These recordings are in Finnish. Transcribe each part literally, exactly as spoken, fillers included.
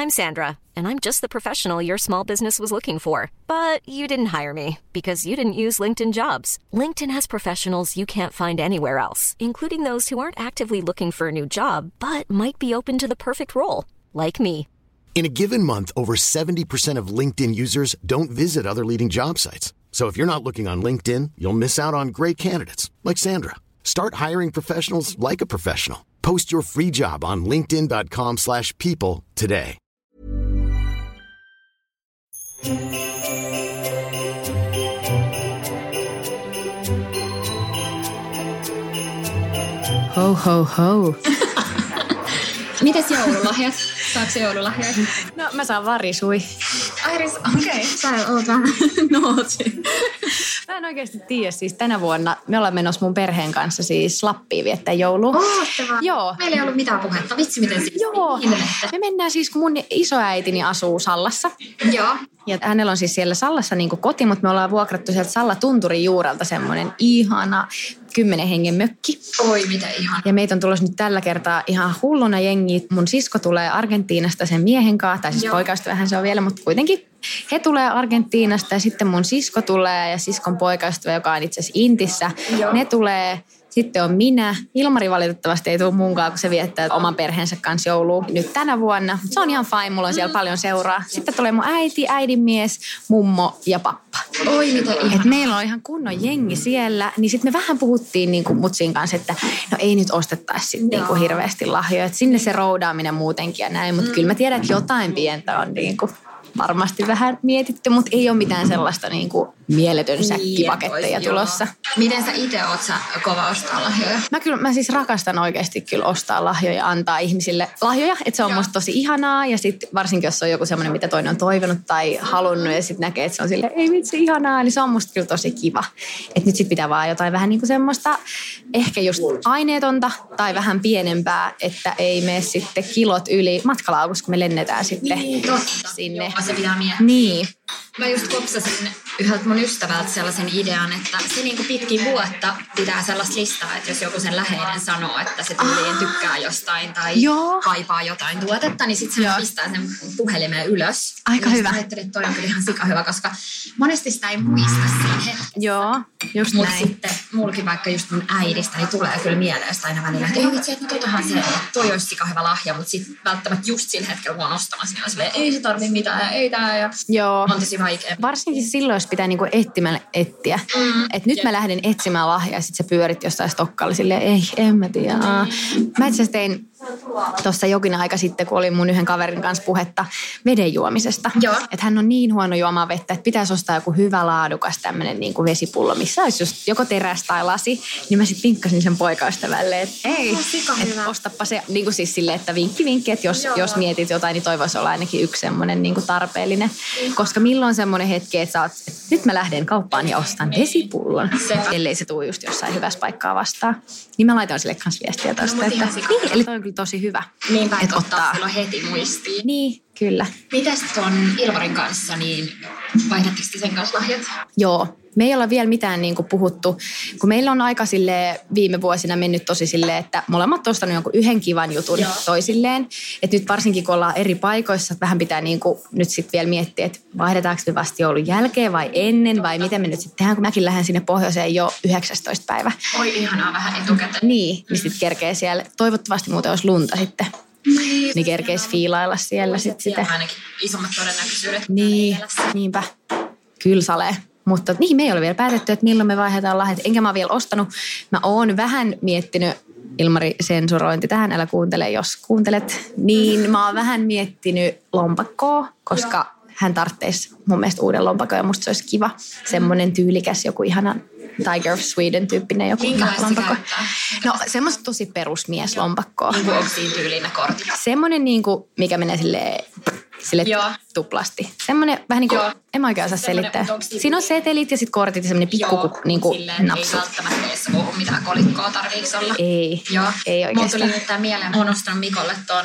I'm Sandra, and I'm just the professional your small business was looking for. But you didn't hire me because you didn't use LinkedIn Jobs. LinkedIn has professionals you can't find anywhere else, including those who aren't actively looking for a new job, but might be open to the perfect role, like me. In a given month, over seventy percent of LinkedIn users don't visit other leading job sites. So if you're not looking on LinkedIn, you'll miss out on great candidates like Sandra. Start hiring professionals like a professional. Post your free job on linkedin.com slash people today. Ho, ho, ho. Mites joululahjat? Saatko joululahjoja? No mä saan varisui. Iris, okei. Okay. Sä oot vähän nootsi. Mä en oikeasti tiedä. Siis tänä vuonna me ollaan menossa mun perheen kanssa siis Lappiin viettää joulua. Ootte vaan. Joo. Meillä ei ollut mitään puhetta. Vitsi miten siis. Joo. Me mennään siis, kun mun isoäitini asuu Sallassa. Joo. Ja hänellä on siis siellä Sallassa niin kuin koti, mutta me ollaan vuokrattu sieltä Salla-tunturin juurelta semmoinen ihana kymmenen hengen mökki. Oi, mitä ihana. Ja meitä on tulossa nyt tällä kertaa ihan hulluna jengi. Mun sisko tulee Argentiinasta sen miehen kanssa, tai siis poikaystävähän se on vielä, mutta kuitenkin he tulee Argentiinasta ja sitten mun sisko tulee ja siskon poikaystävä, joka on itse asiassa Intissä. Joo. Ne tulee. Sitten on minä. Ilmari valitettavasti ei tule munkaan, kun se viettää oman perheensä kanssa joulua nyt tänä vuonna. Se on ihan fine, mulla on siellä paljon seuraa. Sitten tulee mun äiti, äidin mies, mummo ja pappa. Oi, mitä ihana. Et meillä on ihan kunnon jengi siellä. Niin sitten me vähän puhuttiin niin kuin mutsin kanssa, että no ei nyt ostettaisi niin kuin hirveästi lahjoja. Et sinne se roudaaminen muutenkin ja näin. Mutta mm. kyllä mä tiedän, että jotain pientä on niin kuin varmasti vähän mietitty, mutta ei ole mitään sellaista niin kuin mieletön säkkipaketteja niin, tulossa. Miten sä itse oot sä kova ostaa lahjoja? Mä kyllä, mä siis rakastan oikeasti kyllä ostaa lahjoja ja antaa ihmisille lahjoja, että se on Joo. musta tosi ihanaa ja sitten varsinkin jos on joku semmoinen, mitä toinen on toivonut tai halunnut ja sitten näkee, että se on silleen, ei vitsi ihanaa, niin se on musta kyllä tosi kiva. Että nyt sit pitää vaan jotain vähän niin kuin semmoista ehkä just aineetonta tai vähän pienempää, että ei mene sitten kilot yli matkalaukussa, kun me lennetään sitten niin, sinne. Joo, se pitää miettiä. Niin. Mä just kopsasin yhdeltä mun ystävältä sellaisen idean, että se niinku pitkin vuotta pitää sellaista listaa, että jos joku sen läheinen sanoo, että se tyyliin tykkää jostain tai Joo. kaipaa jotain tuotetta, niin sit se pistää sen puhelimeen ylös. Aika ja hyvä. Mä ajattelin, että toi on kyllä ihan sika hyvä, koska monesti sitä ei muista siinä hetkessä. Joo, just Mut näin. sitten mulkin vaikka just mun äidistä niin tulee kyllä mieleen aina välillä, että ei vitsi, että no toihan se, että toi olisi sika hyvä lahja, mutta sitten välttämättä just sillä hetkellä kun on ostamassa, niin on silleen, ei se tarvii mitään ja ei tää ja Joo. on tosi vaikea. Varsinkin silloin, jos pitää niinku etsimällä etsiä. Mm. Että nyt mä lähden etsimään lahjaa ja sit sä pyörit jostain stokkalla silleen, ei, en mä tiedä. Mm. Mä itse asiassa tein tuossa jokin aika sitten, kun oli mun yhden kaverin kanssa puhetta veden juomisesta. Että hän on niin huono juomaan vettä, että pitäisi ostaa joku hyvä laadukas tämmönen niinku vesipullo, missä olisi just joko teräs tai lasi. Niin mä sit vinkkasin sen poikaystävälle, että ei, että ostappa se niinku siis silleen, että vinkki vinkki, että jos, jos mietit jotain, niin toivoisi olla ainakin yksi semmoinen niinku tarpeellinen. Koska milloin semmoinen hetki, että sä oot, että nyt mä lähden kauppaan ja ostan vesipullon, ellei se tule just jossain hyvässä paikkaa vastaan. Niin mä laitoin sille kans viestiä tosta, no, että niin, eli toi on kyllä tosi hyvä. Niinpä, että ottaa silloin heti muistiin. Niin, kyllä. Mites ton Ilmarin kanssa, niin vaihdatteko te sen kanssa lahjat? Joo. Me ei olla vielä mitään niin kuin puhuttu, kun meillä on aika silleen, viime vuosina mennyt tosi silleen, että molemmat on ostanut jonkun yhden kivan jutun Joo. toisilleen. Että nyt varsinkin kun ollaan eri paikoissa, että vähän pitää niin kuin nyt sitten vielä miettiä, että vaihdetaanko me vasta joulun jälkeen vai ennen vai miten me nyt sitten tehdään, kun mäkin lähden sinne pohjoiseen jo yhdeksästoista päivä. Oi ihanaa vähän etukäteen. Niin, niin sitten kerkee siellä. Toivottavasti muuten olisi lunta sitten. Niin, niin kerkeisi fiilailla siellä sitten sitä. Ainakin isommat todennäköisyydet. Niin, niinpä. Kyllä salee. Mutta niin, me ei ole vielä päätetty, että milloin me vaihdetaan lahjat. Enkä mä ole vielä ostanut. Mä oon vähän miettinyt, Ilmari sensurointi tähän, älä kuuntele, jos kuuntelet. Niin mä oon vähän miettinyt lompakkoa, koska hän tarvitsisi mun mielestä uuden lompakon ja musta se olisi kiva. Semmoinen tyylikäs, joku ihana Tiger of Sweden-tyyppinen joku lompakko. No semmoista tosi perusmieslompakkoa. Niin kuin onko siinä tyyliin ne kortit? Semmoinen niin kuin, mikä menee silleen... Sille tuplasti. Semmoinen vähän niin kuin, Joo. en mä oikein osaa selittää. Siinä on setelit ja sitten kortit ja semmoinen pikku niin kuin napsu. Ei välttämättä edes ole mitään kolikkoa tarviiksi olla. Ei, Joo. ei oikeastaan. Mulla tuli nyt tää mieleen, mä oon ostanut Mikolle ton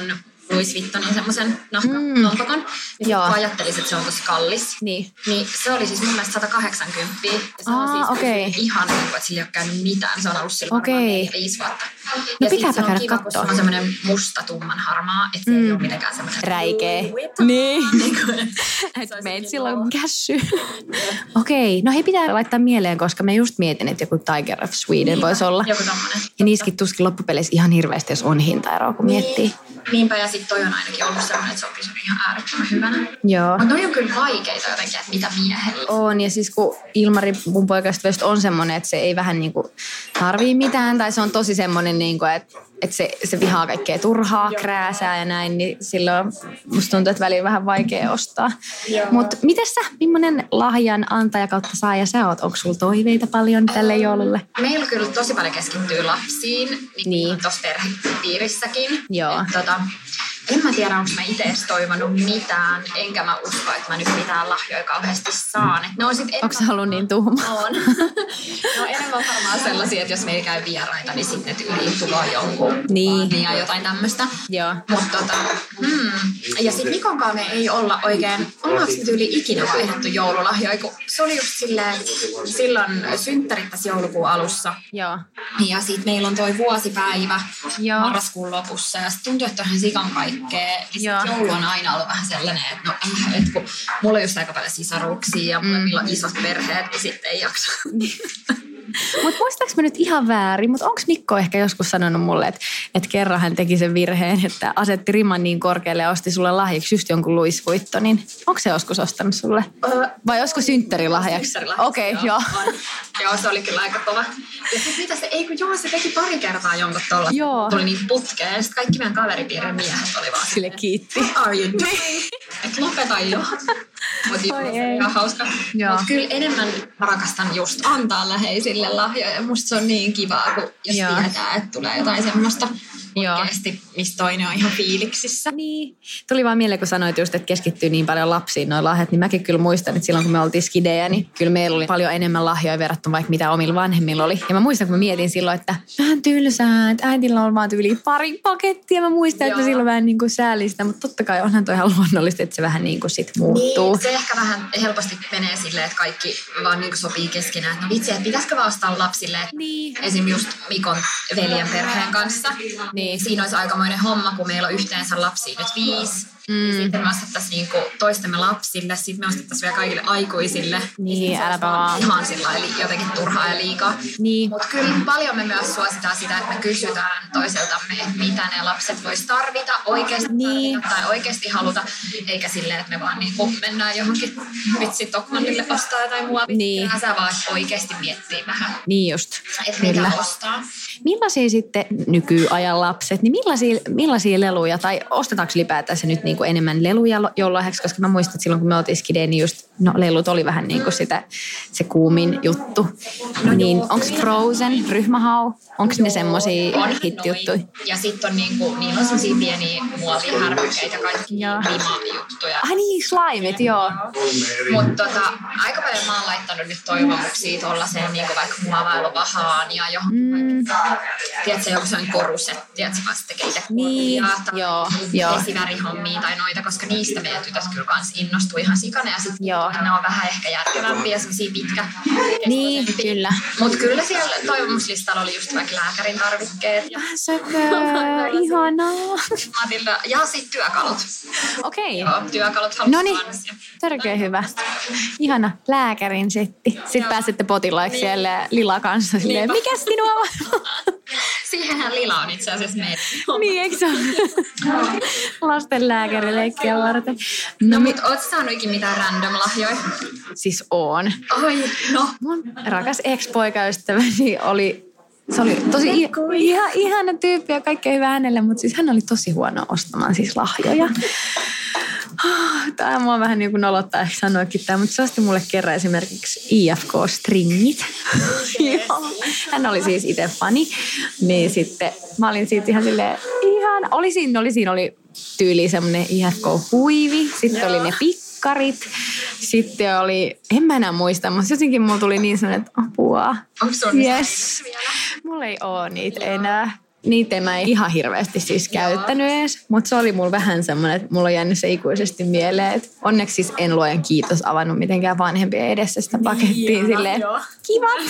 Louis Vuittonin semmoisen nahkalompakon. Mm. Ja kun ajattelisin, että se on tosi kallis. Niin. Niin se oli siis mun mielestä sata kahdeksankymmentä. Ja se Aa, on siis okay. ihan niin kuin, että sillä ei ole käynyt mitään. Se on ollut sillä okay. varmaan neljä, viisi vuotta. No ja pitääpä käydä kiva, kattoo. Se on semmoinen musta tumman harmaa, että se mm. ei ole mitenkään semmoinen räikeä. Niin. Että meitä silloin kässy. Okei, no hei pitää laittaa mieleen, koska mä just mietin, että joku Tiger of Sweden niin, voisi olla. Joku tommonen. Ja niissäkin tuskin loppupeleissä ihan hirveästi, jos on hintaeroa, kun niin. miettii. Niinpä, ja sitten toi on ainakin ollut sellainen, että se on pysynyt ihan äärettömän hyvänä. Joo. Mutta toi on kyllä vaikeita jotenkin, että mitä miehellä. On, ja siis kun Ilmari, mun poikaystävästä on semmoinen, että se ei vähän niin kuin tarvii mitään, tai se on tosi semmoinen, niin kuin, että, että se, se vihaa kaikkea turhaa, krääsää ja näin, niin silloin musta tuntuu, että välillä vähän vaikea ostaa. Mutta miten sä, millainen lahjan antaja kautta saaja sä oot? Onko sulla toiveita paljon tälle joululle? Meillä kyllä tosi paljon keskittyy lapsiin, niin, niin. tuossa perhepiirissäkin. Joo. Et, tota, en mä tiedä, onko mä itse edes toivonut mitään, enkä mä usko, että mä nyt mitään lahjoja kauheasti saan. Et ne on sit onko sä ollut niin tuhma? On. Ne on enemmän varmaan sellaisia, että jos meillä käy vieraita, niin sitten tyyliin tuloa jonkun niin. ja jotain tämmöistä. Joo. Mutta tota, hmm. Ja sitten Nikonkaan me ei olla oikein, ollaanko me tyyli ikinä vaihdettu joululahjoja, kun se oli just silleen, silloin synttärit tässä joulukuun alussa. Joo. Ja sitten meillä on toi vuosipäivä Joo. marraskuun lopussa ja sitten tuntuu, että on ihan sikan kaikkea. Ja joulu on aina ollut vähän sellainen, että no äh, että kun mulla on just aika paljon sisaruksia ja mulla mm. on isot perheet, niin sitten ei jaksa. Mutta muistaaks mä nyt ihan väärin, mutta onko Mikko ehkä joskus sanonut mulle, että, että kerran hän teki sen virheen, että asetti riman niin korkealle ja osti sulle lahjaksi just jonkun Louis Vuittonin. Onko se joskus ostanut sulle? Öö, Vai olisiko synttärilahjaksi? Okei, okay, joo. joo. Joo, se oli kyllä aika kova. Ja sitten mitä se, ei kun joo, se teki pari kertaa jonkun tolla. Joo. Tuli niin putkeen ja sitten kaikki meidän kaveripiirin miehet oli vaan. Sille kiitti. What are you doing? Että lopeta jo. Mutta joo, se on ihan hauska. Mutta kyllä enemmän mä rakastan just antaa läheisille lahjoja. Musta se on niin kivaa, kun jos joo. tietää, että tulee jotain semmoista oikeasti, mistä toinen on ihan fiiliksissä. Niin. Tuli vaan mieleen, kun sanoit just, että keskittyy niin paljon lapsiin noin lahjat, niin mäkin kyllä muistan, että silloin kun me oltiin skidejä, niin kyllä meillä oli paljon enemmän lahjoja verrattuna vaikka mitä omilla vanhemmilla oli. Ja mä muistan, kun mä mietin silloin, että vähän tylsää, että äitillä on vaan tyyliin pari pakettia. Mä muistan, että mä silloin vähän niin kuin säälistä, mutta totta kai onhan toi ihan luonnollista, että se vähän niin kuin sit muuttuu. Niin, se ehkä vähän helposti menee silleen, että kaikki vaan niin kuin sopii keskenään. Että no vitsi, että pitäisikö vaan ostaa lapsille? Niin. Esim. Just Mikon veljen perheen kanssa. Niin. Siinä olisi aikamoinen homma, kun meillä on yhteensä lapsia nyt viisi. Mm. Sitten me ostettaisiin niinku toistemme lapsille, sitten me ostettaisiin vielä kaikille aikuisille. Niin, äläpä vaan. Ihan sillä lailla jotenkin turhaa ja liikaa. Niin. Mutta kyllä paljon me myös suositaan sitä, että me kysytään toiseltamme, että mitä ne lapset vois tarvita, oikeasti niin. tarvita tai oikeasti haluta. Eikä silleen, että me vaan niinku mennään johonkin vitsi Tokmannille ostaa jotain muovia. Niin. Sä vaan oikeasti miettii vähän. Niin just. Että mitä ostaa. Millaisia sitten nykyajan lapset, niin millaisia, millaisia leluja, tai ostetaanko ylipäätään se nyt niin kuin enemmän leluja joululahjaksi, koska mä muistan, että silloin kun me oltiin skideen, niin just no, lelut oli vähän niin kuin sitä, se kuumin juttu. No, niin onko Frozen, Ryhmähau, onko ne semmoisia hittijuttuja? Ja sitten on niinku, niillä on semmosia pieniä muovihärpykkeitä, kaikki lima-juttuja. Ah niin, slimeit, joo. Mutta tota, aika paljon mä oon laittanut nyt toivomuksia tollaseen niinku vaikka muovailuvahaan ja johonkin mm. tiedätkö, joku sellainen koruset, tiedätkö, vasta tekee itse niin, tai joo, joo. vesivärihommia tai noita, koska niistä meidän tytöt kyllä kans innostuu ihan sikana ja sitten ne on vähän ehkä järkevämpiä, semmosia pitkä. Niin, kyllä. Mutta kyllä siellä toivomuslistalla oli just vaikka lääkärin tarvikkeet. Ja sökö, ihanaa. Matilda, ja sitten työkalut. Okei. Okay. Joo, työkalut halusi Noniin, törkeä hyvä. Ihana, lääkärin setti. Sitten joo. Pääsette potilaiksi niin. Siellä Lila kanssa. Silleen, mikäs sinua on? Siihenhän Lila on itse asiassa meidän. Niin, eikö se ole? Lasten lääkärileikkiä varten. No, no mutta ootko saanut ikin mitään random-lahjoja? Siis oon. Oi, no. Mun rakas ex-poikaystäväni oli, se oli tosi i- ihan, ihana tyyppi ja kaikkea hyvää hänelle, mutta siis hän oli tosi huono ostamaan siis lahjoja. Tämä mua vähän niin kuin nolottaa ehkä sanoakin tämä, mutta se osti mulle kerran esimerkiksi I F K-stringit. Hän oli siis itse fani. Niin sitten mä olin siitä ihan silleen, ihan, oli siinä, oli siinä oli tyyli semmoinen I F K-huivi, sitten joo. Oli ne pikkarit, sitten oli, en mä enää muista, mutta jotenkin mulla tuli niin semmoinen, että apua. Onko sulla yes. Mulla ei oo niitä enää. niitä mä en ihan hirveästi siis käyttänyt edes. Mutta se oli mulla vähän semmoinen, että mulla on jäänyt se ikuisesti mieleen. Että onneksi siis en luojan kiitos avannut mitenkään vanhempien edessä sitä pakettia niin, silleen. Joo. Kivat!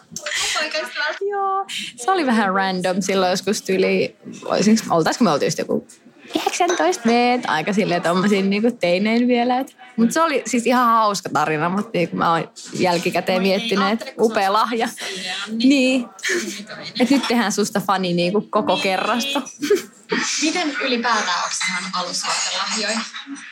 Joo. Se oli vähän random silloin joskus tyyli, oltaisiko me oltu just joku yhdeksäntoista vuotta, aika silleen tommosin niinku teineen vielä. Mutta se oli siis ihan hauska tarina, mutta niin, kun mä oon jälkikäteen miettinyt, että upea lahja. Niin. Että nyt tehdään susta fani niinku koko kerrasta. Miten ylipäätään onko sä saanut alushoitolahjoja?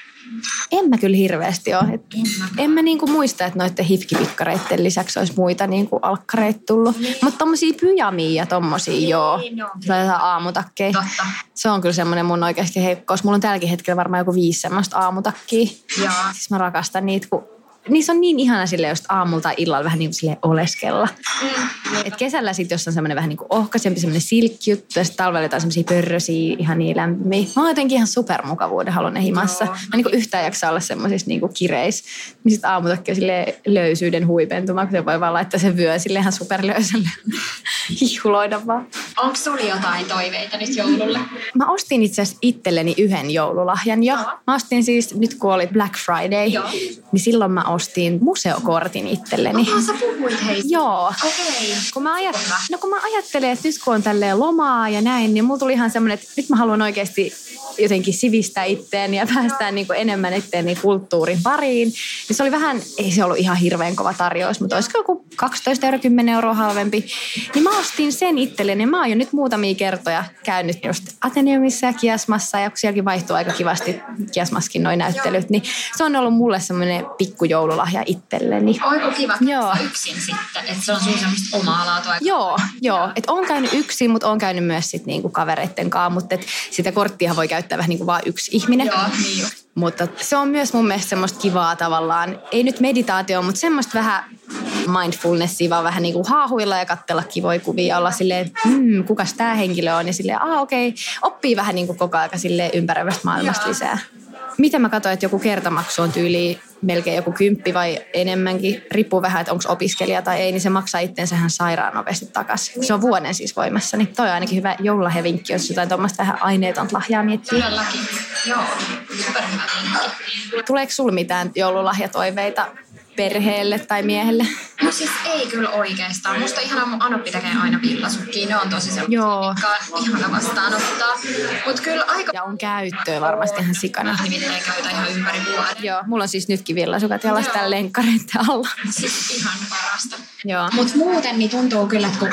En mä kyllä hirveästi ole. Et en mä niinku muista, että noiden hifkipikkareiden lisäksi olisi muita niinku alkkareita tullut. Niin. Mutta tommosia pyjamia ja tommosia niin, joo. Sellaisia aamutakkeja. Totta. Se on kyllä semmoinen mun oikeasti heikkous. Mulla on tälläkin hetkellä varmaan joku viisi semmoista aamutakkia. Joo. Siis mä rakastan niitä, kun niissä on niin ihana silleen just aamulla tai illalla vähän niin kuin silleen oleskella. Mm. Et kesällä sitten, jos on semmoinen vähän niin kuin ohkaisempi, semmoinen silkkijuttu ja sitten talvella jotain semmoisia pörrösiä, ihan niin lämpimiä. Mä oon jotenkin ihan supermukavuuden halunnut himassa. Joo. Mä niin kuin yhtään jaksa olla semmoisissa niin kuin kireissä. Niin sitten aamutakki on silleen löysyyden huipentuma, kun se voi vaan laittaa sen vyön silleen ihan superlöysälle. Hihuloida vaan. Onko sulla jotain toiveita nyt joululle? Mä ostin itse asiassa itselleni yhden joululahjan jo. Joo. Mä ostin siis, nyt kun oli Black Friday, joo. niin silloin mä ostin museokortin itselleni. Oho, sä puhuit heistä. Joo. Okei. Okay. Kun mä, ajat... no, kun mä ajattelen, että nyt kun on tälleen lomaa ja näin, niin mulla tuli ihan semmoinen, että nyt mä haluan oikeasti jotenkin sivistää itteeni ja päästään niin kuin enemmän itteeni kulttuurin pariin. Ja se oli vähän, ei se ollut ihan hirveän kova tarjous, mutta olisiko joku kaksitoista euroa, kymmenen euroa halvempi. Niin mä ostin sen itselleni. Mä oon jo nyt muutamia kertoja käynyt just Ateneumissa ja Kiasmassa, ja kun sielläkin vaihtuu aika kivasti Kiasmaskin noi näyttelyt, niin se on ollut mulle semmoinen pikkujoululahja itselleni. Oiko kiva, joo. Yksin sitten, että se on sun semmoista omaa laatua. Joo, joo. Että oon käynyt yksin, mutta oon käynyt myös sit niinku kavereitten kanssa, mutta et sitä korttia voi käyttää vähän niin kuin vaan yksi ihminen. Joo, niin jo. Mutta se on myös mun mielestä semmoista kivaa tavallaan, ei nyt meditaatio, mutta semmoista vähän mindfulnessia, vaan vähän niin kuin haahuilla ja katsella kivoja kuvia ja olla silleen, että mmm, kukas tää henkilö on, ja silleen, ah okei, okay. Oppii vähän niin kuin koko ajan silleen ympäröivästä maailmasta joo. lisää. Mitä mä katsoin, että joku kertamaksu on tyyliin melkein joku kymppi vai enemmänkin, riippuu vähän, että onko opiskelija tai ei, niin se maksaa itsensähän sairaan nopeasti takaisin. Se on vuoden siis voimassa, niin toi on ainakin hyvä joululahjavinkki, jos jotain tuommoista vähän aineetonta lahjaa miettii. Todellakin, joo, superhyvä vinkki. Tuleeko sulla mitään joululahjatoiveita perheelle tai miehelle? No siis ei kyllä oikeastaan. Musta ihanaa, mun Anoppi tekee aina villasukkia. Ne on tosi sellaisia, mitkä on ihana vastaanottaa. Mut kyllä aika... Ja on käyttöä varmasti ihan sikana. Nimittäin käytä ihan ympäri vuoden. Joo, mulla on siis nytkin villasukat jalassa täällä lenkkareiden alla. Siis ihan parasta. Joo. Mut muuten niin tuntuu kyllä, että kun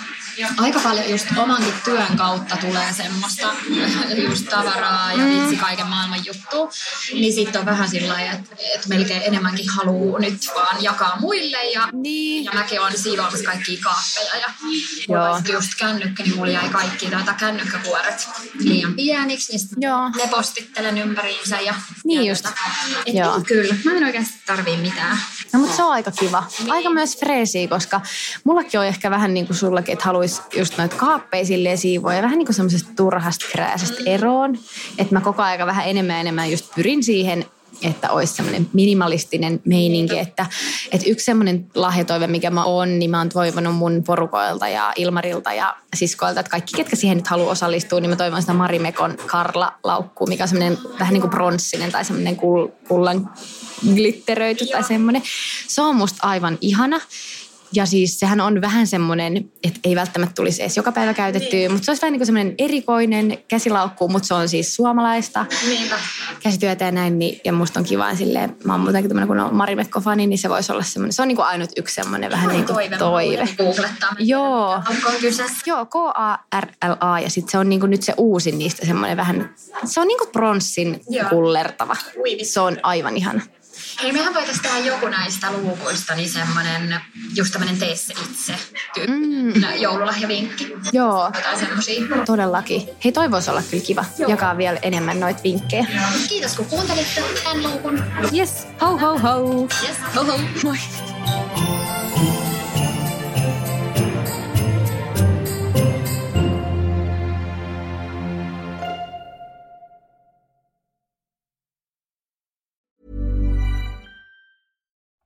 aika paljon just omankin työn kautta tulee semmoista just tavaraa ja vitsi kaiken maailman juttua. Niin sitten on vähän sillä lailla, että, että melkein enemmänkin haluaa nyt vaan jakaa muille. Ja, niin. ja mäkin olen siivoamassa kaikkia kaappeja. Ja mulla just kännykkä, niin mulla jäi kaikki tätä kännykkäkuoret liian pieniksi. Niin ne postittelen ympäriinsä. Ja, niin ja just. Et joo. Ei, kyllä, mä en oikeasti tarvii mitään. No mutta se on aika kiva. Niin. Aika myös freesiä, koska mullakin on ehkä vähän niin kuin sullakin, että haluaisi just noita kaappeja silleen siivoa ja vähän niin kuin semmoisesta turhasta krääsästä eroon. Että mä koko ajan vähän enemmän ja enemmän just pyrin siihen, että olisi semmoinen minimalistinen meininki. Että, että yksi semmoinen lahjatoive, mikä mä oon, niin mä oon toivonut mun porukoilta ja Ilmarilta ja siskoilta, että kaikki, ketkä siihen nyt haluaa osallistua, niin mä toivon sitä Marimekon Karla-laukkuu, mikä on semmoinen vähän niin kuin pronssinen tai semmoinen kullan glitteröity tai semmoinen. Se on musta aivan ihana. Ja siis sehän on vähän semmoinen, että ei välttämättä tulisi edes joka päivä käytettyä, mutta se olisi vähän niin kuin semmoinen erikoinen käsilaukku, mutta se on siis suomalaista Niinpä. käsityötä ja näin. Niin, ja musta on kiva silleen, mä oon muutenkin tämmöinen kun on Marimekko-fani, niin se voisi olla semmoinen, se on niin kuin ainut yksi semmoinen vähän niin kuin toive. toive. Googlettaa. Joo. Onko kyseessä? Joo, K A R L A ja sitten se on niin kuin nyt se uusin niistä semmoinen vähän, se on niin kuin pronssin Joo. kullertava. Se on aivan ihana. Hei, mehän voitaisiin tehdä joku näistä luukuista, niin semmoinen, just tämmöinen tee se itse tyyppinen mm. joululahjavinkki. Joo, jotain semmosia. Todellakin. Hei, toi voisi olla kyllä kiva. Joo. Jakaa vielä enemmän noita vinkkejä. Kiitos kun kuuntelitte tämän luukun. Yes, ho ho ho. Yes, ho ho. Moi.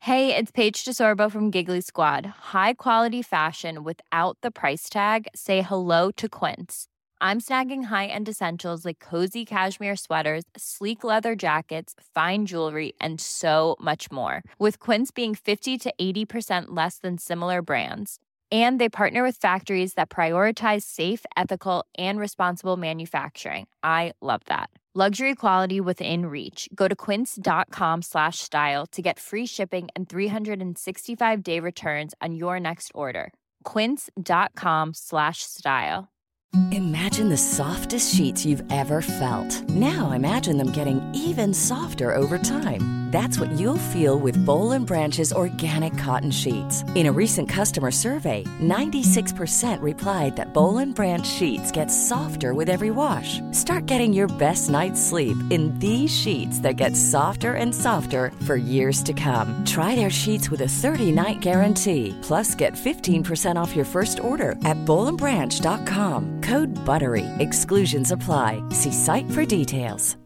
Hey, it's Paige DeSorbo from Giggly Squad. High quality fashion without the price tag. Say hello to Quince. I'm snagging high-end essentials like cozy cashmere sweaters, sleek leather jackets, fine jewelry, and so much more. With Quince being fifty to eighty percent less than similar brands. And they partner with factories that prioritize safe, ethical, and responsible manufacturing. I love that. Luxury quality within reach. Go to quince.com slash style to get free shipping and three sixty-five day returns on your next order. Quince.com slash style. Imagine the softest sheets you've ever felt. Now imagine them getting even softer over time. That's what you'll feel with Boll and Branch's organic cotton sheets. In a recent customer survey, ninety-six percent replied that Boll and Branch sheets get softer with every wash. Start getting your best night's sleep in these sheets that get softer and softer for years to come. Try their sheets with a thirty-night guarantee. Plus, get fifteen percent off your first order at boll and branch dot com. Code BUTTERY. Exclusions apply. See site for details.